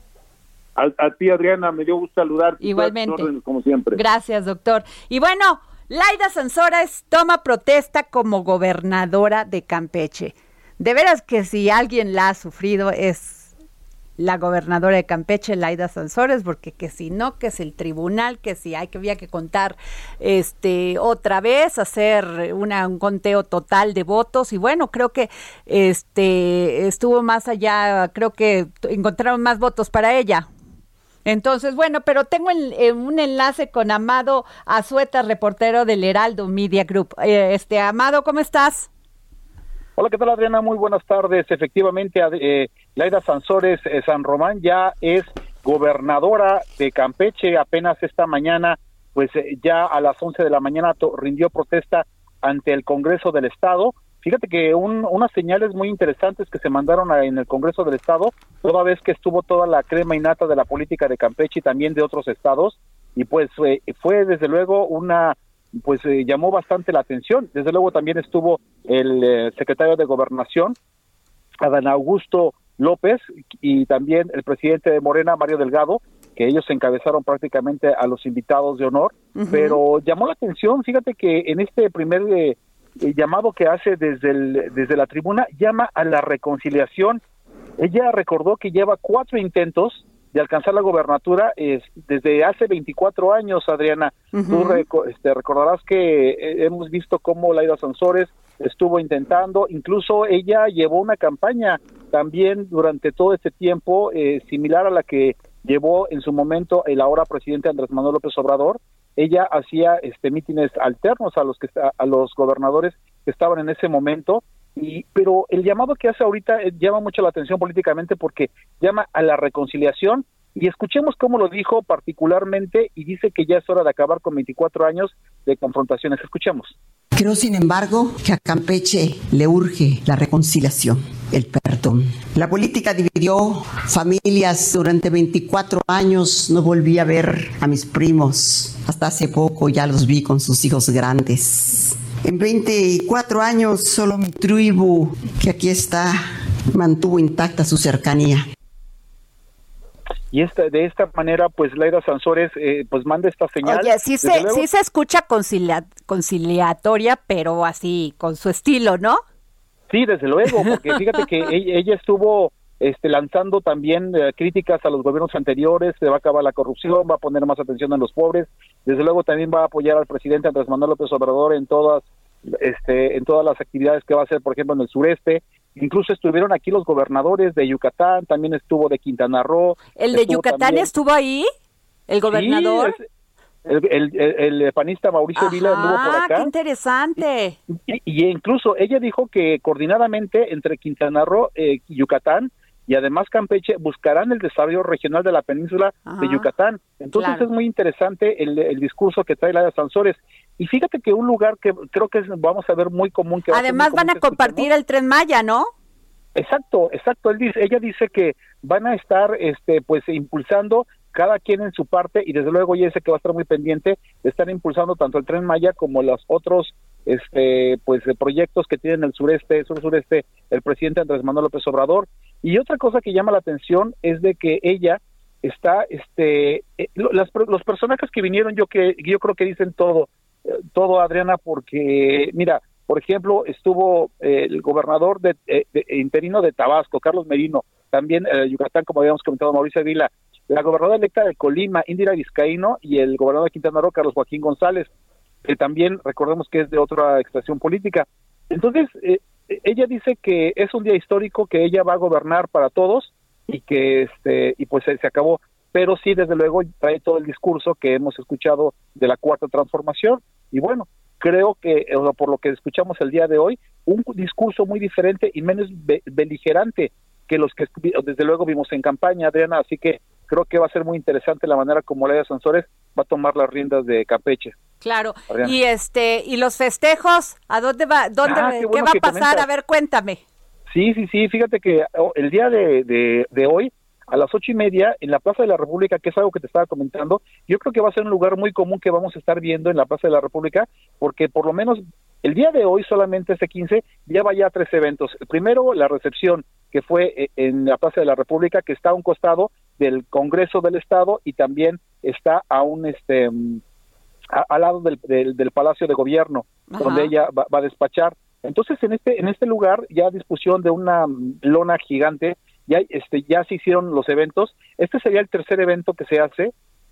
A, a ti, Adriana, me dio gusto saludar. Igualmente. Órdenes, como siempre. Gracias, doctor. Y bueno, Laida Sansores toma protesta como gobernadora de Campeche. De veras que si alguien la ha sufrido es la gobernadora de Campeche, Laida Sansores, porque que si no, que es el tribunal, que si hay que había que contar este otra vez, hacer una, un conteo total de votos, y bueno, creo que este estuvo más allá, creo que encontraron más votos para ella. Entonces, bueno, pero tengo el, eh, un enlace con Amado Azueta, reportero del Heraldo Media Group. Eh, este Amado, ¿cómo estás? Hola, ¿qué tal, Adriana? Muy buenas tardes. Efectivamente, eh, Laida Sansores eh, San Román ya es gobernadora de Campeche. Apenas esta mañana, pues eh, ya a las once de la mañana to- rindió protesta ante el Congreso del Estado. Fíjate que un, unas señales muy interesantes que se mandaron a, en el Congreso del Estado, toda vez que estuvo toda la crema innata de la política de Campeche y también de otros estados, y pues eh, fue desde luego una, pues eh, llamó bastante la atención. Desde luego también estuvo el eh, secretario de Gobernación, Adán Augusto López, y también el presidente de Morena, Mario Delgado, que ellos encabezaron prácticamente a los invitados de honor, uh-huh. pero llamó la atención, fíjate que en este primer... Eh, el llamado que hace desde el, desde la tribuna, llama a la reconciliación. Ella recordó que lleva cuatro intentos de alcanzar la gobernatura eh, desde hace veinticuatro años, Adriana. Uh-huh. Tú rec- este, recordarás que eh, hemos visto cómo Laida Sansores estuvo intentando, incluso ella llevó una campaña también durante todo este tiempo, eh, similar a la que llevó en su momento el ahora presidente Andrés Manuel López Obrador. Ella hacía este mítines alternos a los que a los gobernadores que estaban en ese momento, y pero el llamado que hace ahorita eh, llama mucho la atención políticamente porque llama a la reconciliación, y escuchemos cómo lo dijo particularmente, y dice que ya es hora de acabar con veinticuatro años de confrontaciones. Escuchemos. Creo, sin embargo, que a Campeche le urge la reconciliación, el perdón. La política dividió familias durante veinticuatro años, no volví a ver a mis primos. Hasta hace poco ya los vi con sus hijos grandes. En veinticuatro años, solo mi tribu, que aquí está, mantuvo intacta su cercanía. Y esta, de esta manera, pues Laida Sansores eh, pues manda esta señal. Oye, sí se, luego, sí se escucha concilia, conciliatoria, pero así, con su estilo, ¿no? Sí, desde luego, porque fíjate que ella, ella estuvo este, lanzando también eh, críticas a los gobiernos anteriores, se va a acabar la corrupción, va a poner más atención en los pobres, desde luego también va a apoyar al presidente Andrés Manuel López Obrador en todas, este, en todas las actividades que va a hacer, por ejemplo, en el sureste. Incluso estuvieron aquí los gobernadores de Yucatán, también estuvo de Quintana Roo. ¿El de Yucatán también estuvo ahí? ¿El gobernador? Sí, el, el, el, el panista Mauricio Vila anduvo por acá. ¡Qué interesante! Y, y incluso ella dijo que coordinadamente entre Quintana Roo y eh, Yucatán, y además Campeche, buscarán el desarrollo regional de la península Ajá, de Yucatán. Entonces claro. es muy interesante el, el discurso que trae Laida Sansores. Y fíjate que un lugar que creo que es, vamos a ver muy común. que Además van a compartir el Tren Maya, ¿no? Exacto, exacto. Él dice, ella dice que van a estar este, pues impulsando cada quien en su parte, y desde luego ella dice que va a estar muy pendiente de estar impulsando tanto el Tren Maya como los otros este pues proyectos que tienen el sureste, sur sureste, el presidente Andrés Manuel López Obrador. Y otra cosa que llama la atención es de que ella está, este, eh, las, los personajes que vinieron, yo que yo creo que dicen todo, eh, todo Adriana, porque mira, por ejemplo, estuvo eh, el gobernador de, eh, de, interino de Tabasco, Carlos Merino, también eh, Yucatán, como habíamos comentado, Mauricio Vila, la gobernadora electa de Colima, Indira Vizcaíno, y el gobernador de Quintana Roo, Carlos Joaquín González, que también recordemos que es de otra extracción política. Entonces, eh, ella dice que es un día histórico, que ella va a gobernar para todos y que este y pues se, se acabó, pero sí, desde luego, trae todo el discurso que hemos escuchado de la Cuarta Transformación, y bueno, creo que, o por lo que escuchamos el día de hoy, un discurso muy diferente y menos be- beligerante que los que desde luego vimos en campaña, Adriana, así que creo que va a ser muy interesante la manera como Laida Sansores va a tomar las riendas de Campeche. Claro, Adriana. Y este y los festejos, ¿a dónde va? ¿Dónde ah, qué, bueno ¿qué va a pasar? Comentas. A ver, cuéntame. Sí, sí, sí, fíjate que oh, el día de, de, de hoy, a las ocho y media, en la Plaza de la República, que es algo que te estaba comentando, yo creo que va a ser un lugar muy común que vamos a estar viendo en la Plaza de la República, porque por lo menos el día de hoy, solamente este quince, ya va ya tres eventos. El primero, la recepción, que fue en la Plaza de la República, que está a un costado del Congreso del Estado y también está a un este a, al lado del, del, del Palacio de Gobierno, Ajá. donde ella va, va a despachar. Entonces, en este en este lugar ya a disposición de una lona gigante, ya este ya se hicieron los eventos. Este sería el tercer evento que se hace,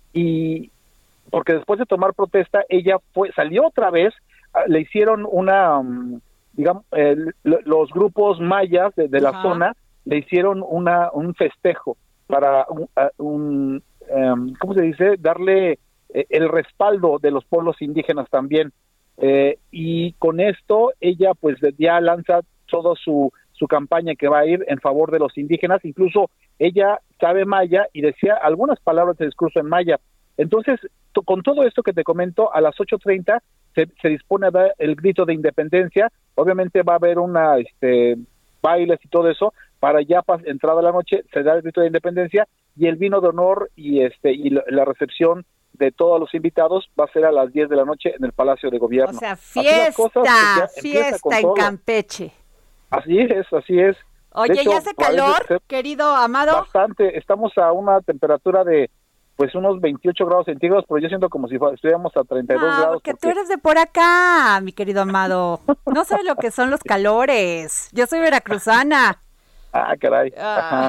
y porque después de tomar protesta, ella fue salió otra vez, le hicieron una digamos eh, los grupos mayas de, de la Ajá. zona le hicieron una un festejo para un, un um, ¿cómo se dice? Darle eh, el respaldo de los pueblos indígenas también, eh, y con esto ella pues ya lanza todo su su campaña que va a ir en favor de los indígenas. Incluso ella sabe maya y decía algunas palabras de discurso en maya. Entonces, to, con todo esto que te comento, a las ocho treinta se, se dispone a dar el grito de independencia. Obviamente va a haber una este bailes y todo eso, para ya pas, entrada la noche se da el grito de independencia, y el vino de honor y este y la, la recepción de todos los invitados va a ser a las diez de la noche en el Palacio de Gobierno. O sea, fiesta, fiesta en Campeche. Así es, así es. Oye, hecho, ¿ya hace calor, querido Amado? Bastante, estamos a una temperatura de pues unos veintiocho grados centígrados, pero yo siento como si estuviéramos a treinta y dos ah, grados. Porque, porque tú eres de por acá, mi querido Amado. No sabes lo que son los calores. Yo soy veracruzana. Ah, caray. Ah.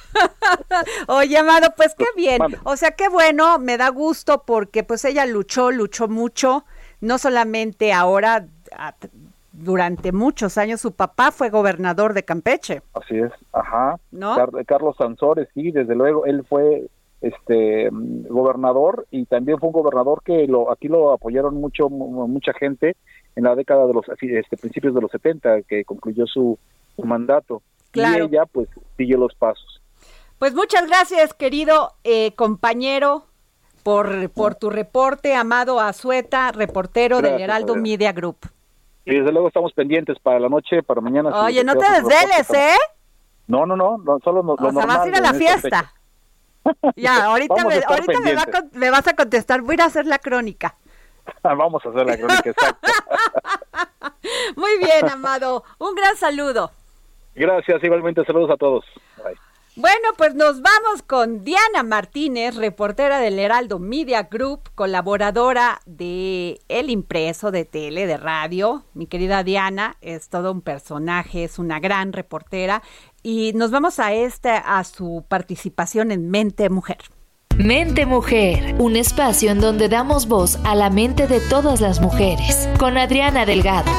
Oye, Amado, pues qué bien. Vale. O sea, qué bueno, me da gusto porque pues ella luchó, luchó mucho, no solamente ahora, durante muchos años su papá fue gobernador de Campeche. Así es, ajá. ¿No? Car- Carlos Sansores, sí, desde luego, él fue este gobernador, y también fue un gobernador que lo aquí lo apoyaron mucho mucha gente en la década de los este, principios de los setenta, que concluyó su, su mandato. Claro. Y ella pues siguió los pasos. Pues muchas gracias, querido eh, compañero, por por tu reporte, Amado Azueta, reportero gracias, del Heraldo Adriana. Media Group. Y desde luego estamos pendientes para la noche, para mañana. Oye, si no te desveles, ¿eh? No, no, no, no solo lo, o lo sea, normal. vas a ir a la fiesta. Ya, ahorita, me, ahorita me, va a, me vas a contestar, voy a ir a hacer la crónica. Vamos a hacer la crónica, exacto. Muy bien, Amado, un gran saludo. Gracias, igualmente, saludos a todos. Bye. Bueno, pues nos vamos con Diana Martínez, reportera del Heraldo Media Group, colaboradora de El Impreso, de tele, de radio. Mi querida Diana es todo un personaje, es una gran reportera. Y nos vamos a este, a su participación en Mente Mujer. Mente Mujer, un espacio en donde damos voz a la mente de todas las mujeres, con Adriana Delgado.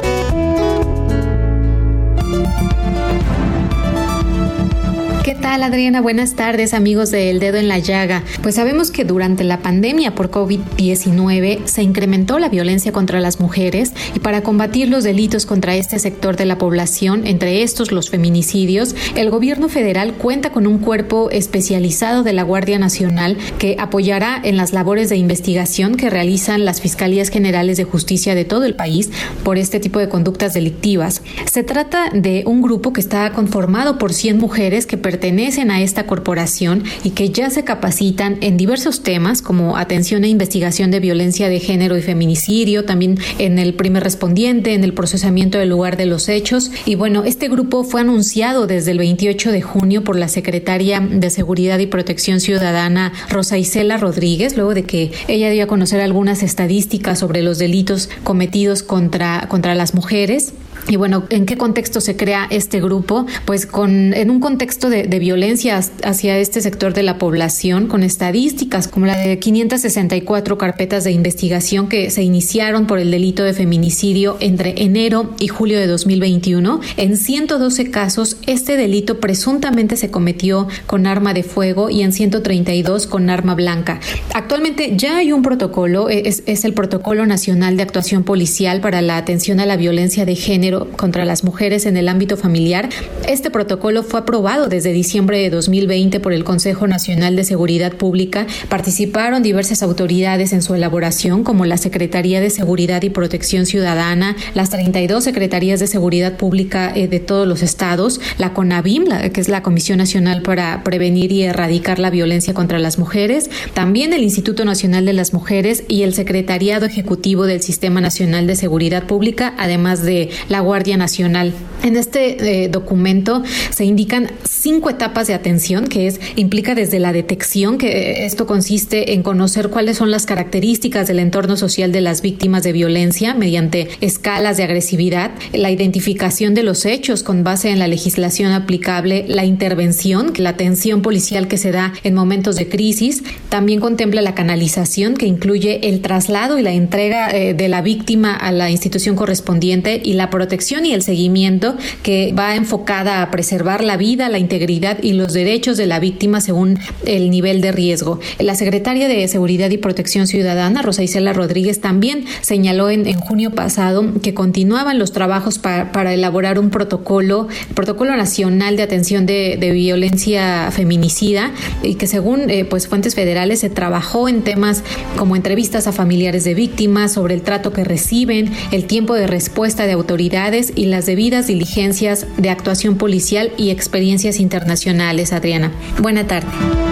¿Qué tal, Adriana? Buenas tardes, amigos de El Dedo en la Llaga. Pues sabemos que durante la pandemia por covid diecinueve se incrementó la violencia contra las mujeres y para combatir los delitos contra este sector de la población, entre estos los feminicidios, el gobierno federal cuenta con un cuerpo especializado de la Guardia Nacional que apoyará en las labores de investigación que realizan las Fiscalías Generales de Justicia de todo el país por este tipo de conductas delictivas. Se trata de un grupo que está conformado por cien mujeres que pertenecen a esta corporación y que ya se capacitan en diversos temas como atención e investigación de violencia de género y feminicidio, también en el primer respondiente, en el procesamiento del lugar de los hechos. Y bueno, este grupo fue anunciado desde el veintiocho de junio por la secretaria de Seguridad y Protección Ciudadana, Rosa Isela Rodríguez, luego de que ella dio a conocer algunas estadísticas sobre los delitos cometidos contra, contra las mujeres. Y bueno, ¿en qué contexto se crea este grupo? Pues con en un contexto de, de violencia hacia este sector de la población, con estadísticas como la de quinientas sesenta y cuatro carpetas de investigación que se iniciaron por el delito de feminicidio entre enero y julio de dos mil veintiuno. En ciento doce casos, este delito presuntamente se cometió con arma de fuego y en ciento treinta y dos con arma blanca. Actualmente ya hay un protocolo, es, es el Protocolo Nacional de Actuación Policial para la Atención a la Violencia de Género contra las mujeres en el ámbito familiar. Este protocolo fue aprobado desde diciembre de dos mil veinte por el Consejo Nacional de Seguridad Pública. Participaron diversas autoridades en su elaboración, como la Secretaría de Seguridad y Protección Ciudadana, las treinta y dos Secretarías de Seguridad Pública eh, de todos los estados, la CONAVIM, la, que es la Comisión Nacional para Prevenir y Erradicar la Violencia contra las Mujeres, también el Instituto Nacional de las Mujeres y el Secretariado Ejecutivo del Sistema Nacional de Seguridad Pública, además de la Guardia Nacional. En este eh, documento se indican cinco etapas de atención, que es implica desde la detección, que eh, esto consiste en conocer cuáles son las características del entorno social de las víctimas de violencia mediante escalas de agresividad, la identificación de los hechos con base en la legislación aplicable, la intervención, la atención policial que se da en momentos de crisis, también contempla la canalización, que incluye el traslado y la entrega eh, de la víctima a la institución correspondiente, y la protección y el seguimiento, que va enfocada a preservar la vida, la integridad y los derechos de la víctima según el nivel de riesgo. La secretaria de Seguridad y Protección Ciudadana, Rosa Isela Rodríguez, también señaló en, en junio pasado que continuaban los trabajos para, para elaborar un protocolo, protocolo nacional de atención de, de violencia feminicida, y que según eh, pues fuentes federales se trabajó en temas como entrevistas a familiares de víctimas, sobre el trato que reciben, el tiempo de respuesta de autoridades y las debidas diligencias de actuación policial y experiencias internacionales. Adriana, buena tarde.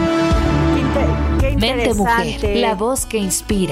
Qué, qué Mente Mujer, la voz que inspira.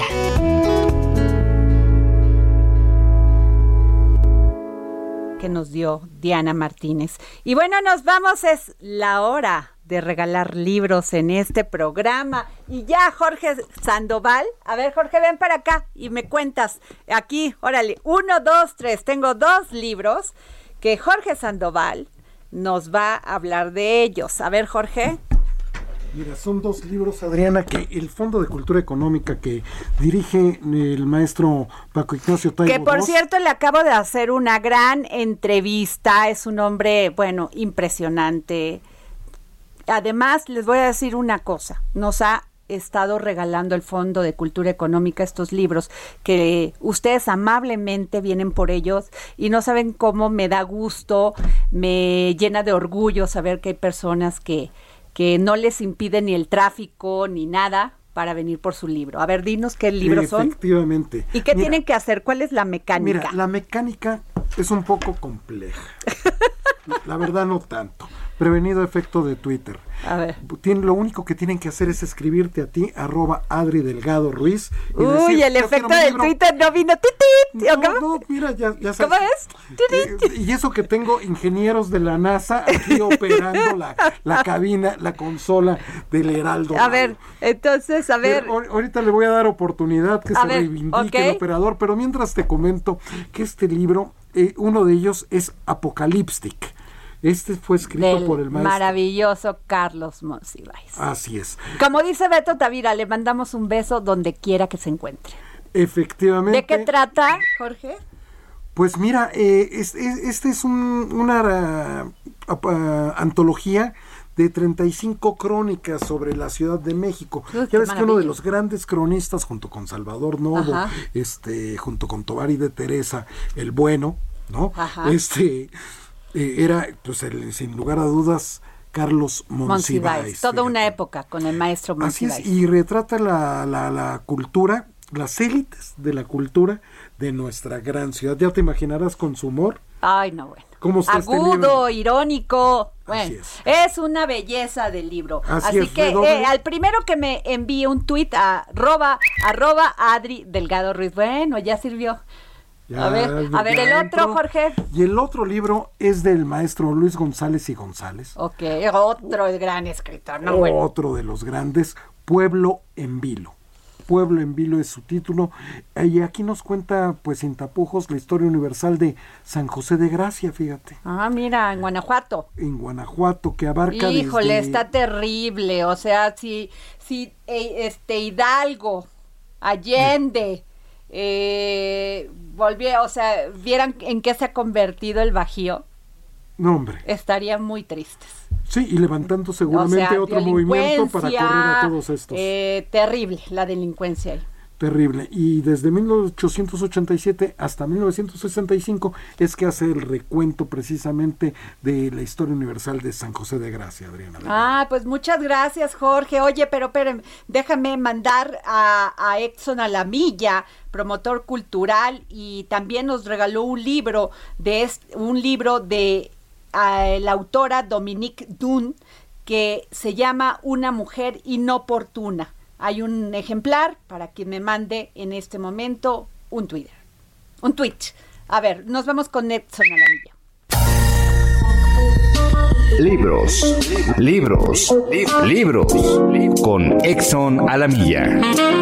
Que nos dio Diana Martínez. Y bueno, nos vamos, es la hora de regalar libros en este programa. Y ya Jorge Sandoval, a ver Jorge, ven para acá y me cuentas, aquí, órale, uno, dos, tres, tengo dos libros que Jorge Sandoval nos va a hablar de ellos. A ver, Jorge. Mira, son dos libros, Adriana, que el Fondo de Cultura Económica que dirige el maestro Paco Ignacio Taibo Que por dos. cierto le acabo de hacer una gran entrevista, es un hombre, bueno, impresionante. Además, les voy a decir una cosa, nos ha estado regalando el Fondo de Cultura Económica estos libros, que ustedes amablemente vienen por ellos y no saben cómo me da gusto, me llena de orgullo saber que hay personas que, que no les impide ni el tráfico ni nada para venir por su libro. A ver, dinos qué libros son. Efectivamente. ¿Y qué Mira, tienen que hacer? ¿Cuál es la mecánica? Mira, la mecánica es un poco compleja. La verdad no tanto. Prevenido efecto de Twitter. A ver. Tiene, lo único que tienen que hacer es escribirte a ti, arroba Adri Delgado Ruiz. Y Uy, decir, el efecto del libro. Twitter no vino. ¡Titit! No, ¿Cómo? no, mira, ya, ya sabes. ¿Cómo es? Eh, y eso que tengo ingenieros de la NASA aquí operando la, la cabina, la consola del Heraldo. A ver, entonces, a ver. Pero, ahorita le voy a dar oportunidad que A se ver, reivindique okay. el operador, pero mientras te comento que este libro, eh, uno de ellos es Apocaliptic. Este fue escrito Del por el maestro maravilloso Carlos Monsiváis. Así es. Como dice Beto Tavira, le mandamos un beso donde quiera que se encuentre. Efectivamente. ¿De qué trata, Jorge? Pues mira, eh, es, es, este es un, una uh, uh, antología de treinta y cinco crónicas sobre la Ciudad de México. Uy, ya ves maravilla. que uno de los grandes cronistas, junto con Salvador Novo, Ajá. este, junto con Tovari de Teresa, el bueno, ¿no? Ajá. Este eh, era, pues, el, sin lugar a dudas, Carlos Monsiváis. Monsiváis. Toda una época con el maestro Así Monsiváis. es, y retrata la, la, la cultura, las élites de la cultura de nuestra gran ciudad. Ya te imaginarás con su humor. Ay, no, bueno. ¿Cómo está este Agudo, libro? irónico. Bueno, Así es. es una belleza del libro. Así Así, es, que redoble. eh, al primero que me envíe un tuit a arroba, arroba Adri Delgado Ruiz. Bueno, ya sirvió. Ya, a ver, a ver ya el entró. otro, Jorge. Y el otro libro es del maestro Luis González y González. Ok, otro gran escritor. No, bueno. Otro de los grandes, Pueblo en Vilo. Pueblo en Vilo es su título. Y aquí nos cuenta, pues sin tapujos, la historia universal de San José de Gracia, fíjate. Ah, mira, en Guanajuato. En Guanajuato, que abarca Híjole, desde... está terrible. O sea, si, si eh, este Hidalgo, Allende, eh, volviera, o sea, vieran en qué se ha convertido el Bajío, No, hombre. estarían muy tristes. Sí, y levantando seguramente O sea, otro movimiento para correr a todos estos. Eh, terrible la delincuencia ahí. Terrible. Y desde mil ochocientos ochenta y siete hasta mil novecientos sesenta y cinco es que hace el recuento precisamente de la historia universal de San José de Gracia, Adriana. Ah, pues muchas gracias, Jorge. Oye, pero, pero déjame mandar a, a Exxon Alamilla, promotor cultural, y también nos regaló un libro de este, un libro de uh, la autora Dominique Dunn, que se llama Una mujer inoportuna. Hay un ejemplar para quien me mande en este momento un Twitter, un tweet. A ver, nos vamos con Edson Alamilla. Libros, libros, libros, con Exxon Alamilla.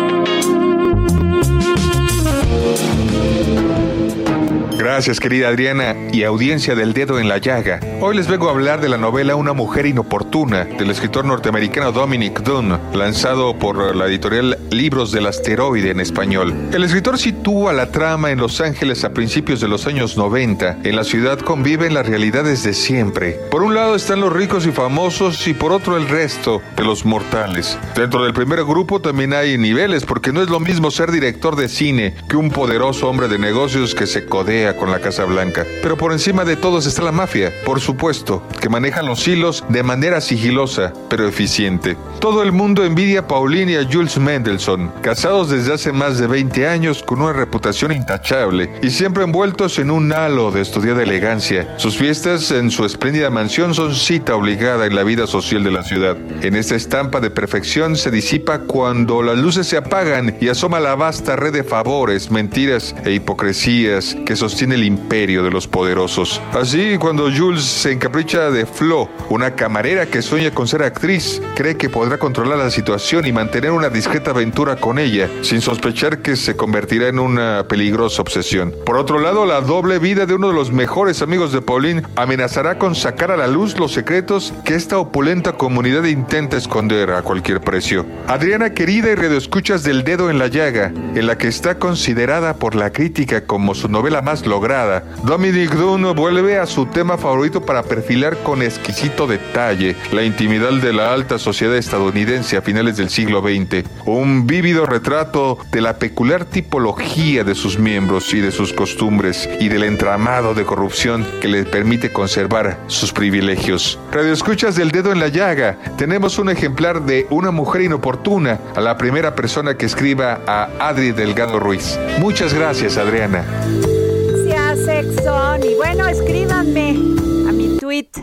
Gracias, querida Adriana y audiencia del Dedo en la Llaga. Hoy les vengo a hablar de la novela Una mujer inoportuna, del escritor norteamericano Dominique Dunn, lanzado por la editorial Libros del Asteroide en español. El escritor sitúa la trama en Los Ángeles a principios de los años noventa. En la ciudad conviven las realidades de siempre. Por un lado están los ricos y famosos y por otro el resto de los mortales. Dentro del primer grupo también hay niveles, porque no es lo mismo ser director de cine que un poderoso hombre de negocios que se codea con la Casa Blanca. Pero por encima de todos está la mafia, por supuesto, que maneja los hilos de manera sigilosa, pero eficiente. Todo el mundo envidia a Pauline y a Jules Mendelssohn, casados desde hace más de veinte años con una reputación intachable y siempre envueltos en un halo de estudiada elegancia. Sus fiestas en su espléndida mansión son cita obligada en la vida social de la ciudad. En esta estampa de perfección se disipa cuando las luces se apagan y asoma la vasta red de favores, mentiras e hipocresías que sostiene el imperio de los poderosos. Así, cuando Jules se encapricha de Flo, una camarera que sueña con ser actriz, cree que podrá controlar la situación y mantener una discreta aventura con ella, sin sospechar que se convertirá en una peligrosa obsesión. Por otro lado, la doble vida de uno de los mejores amigos de Pauline amenazará con sacar a la luz los secretos que esta opulenta comunidad intenta esconder a cualquier precio. Adriana querida y radioescuchas del Dedo en la Llaga, en la que está considerada por la crítica como su novela más lograda, Dominique Dunn vuelve a su tema favorito para perfilar con exquisito detalle la intimidad de la alta sociedad estadounidense a finales del siglo veinte, un vívido retrato de la peculiar tipología de sus miembros y de sus costumbres y del entramado de corrupción que le permite conservar sus privilegios. Radioescuchas del Dedo en la Llaga, tenemos un ejemplar de Una mujer inoportuna a la primera persona que escriba a Adri Delgado Ruiz. Muchas gracias, Adriana. Gracias, Exxon. Y bueno, escríbanme a mi tweet,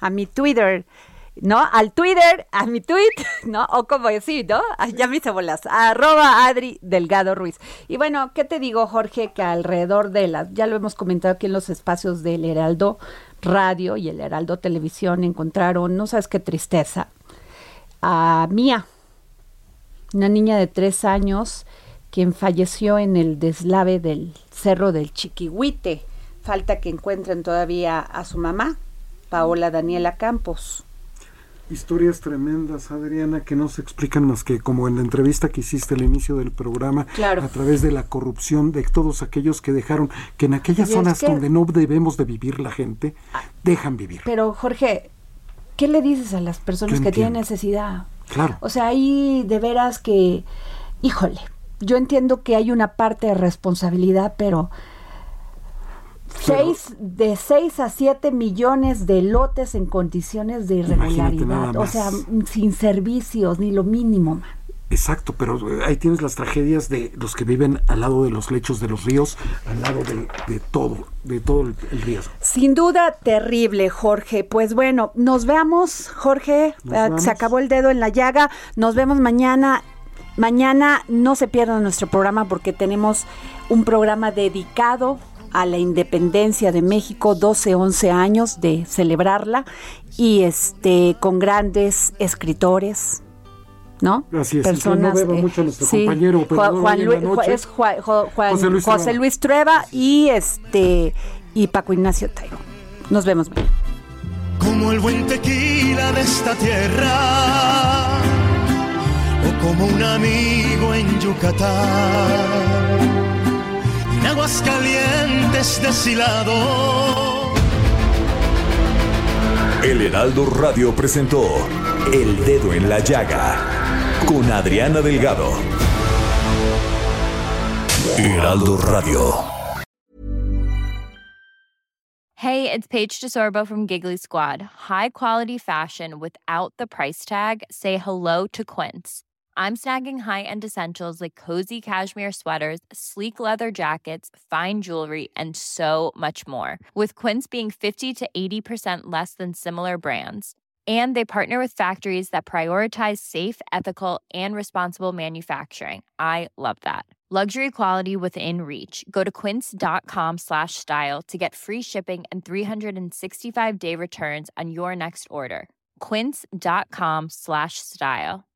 a mi Twitter, ¿no? Al Twitter, a mi tweet, ¿no? O como decir, ¿no? Ya me hice bolas. Arroba Adri Delgado Ruiz. Y bueno, ¿qué te digo, Jorge? Que alrededor de las, ya lo hemos comentado aquí en los espacios del Heraldo Radio y el Heraldo Televisión, encontraron, no sabes qué tristeza, a Mía, una niña de tres años, quien falleció en el deslave del Cerro del Chiquihuite. Falta que encuentren todavía a su mamá, Paola Daniela Campos. Historias tremendas, Adriana, que no se explican más que como en la entrevista que hiciste al inicio del programa, claro, a través de la corrupción de todos aquellos que dejaron que en aquellas zonas que, donde no debemos de vivir la gente, dejan vivir. Pero Jorge, ¿qué le dices a las personas que tienen necesidad? Claro. O sea, ahí de veras que, híjole, yo entiendo que hay una parte de responsabilidad, pero... Seis, de seis a siete millones de lotes en condiciones de irregularidad, o sea, sin servicios, ni lo mínimo. Exacto, pero ahí tienes las tragedias de los que viven al lado de los lechos de los ríos, al lado de, de todo, de todo el, el riesgo. Sin duda terrible, Jorge. Pues bueno, nos vemos, Jorge, uh, se acabó el dedo en la llaga, nos vemos mañana. Mañana no se pierdan nuestro programa porque tenemos un programa dedicado a la independencia de México, doce, once años de celebrarla, y este con grandes escritores, ¿no? Así es, personas, no veo mucho a nuestro sí, compañero Juan, Juan, Luis, es Juan, Juan, José, Luis José Luis Trueba y este y Paco Ignacio Taibo. Nos vemos mañana. Como el buen tequila de esta tierra, o como un amigo en Yucatán, en Aguascalientes deshilado. El Heraldo Radio presentó El Dedo en la Llaga con Adriana Delgado. Heraldo Radio. Hey, it's Paige DeSorbo from Giggly Squad. High quality fashion without the price tag. Say hello to Quince. I'm snagging high-end essentials like cozy cashmere sweaters, sleek leather jackets, fine jewelry, and so much more. With Quince being fifty to eighty percent less than similar brands. And they partner with factories that prioritize safe, ethical, and responsible manufacturing. I love that. Luxury quality within reach. Go to quince.com slash style to get free shipping and three sixty-five day returns on your next order. Quince.com slash style.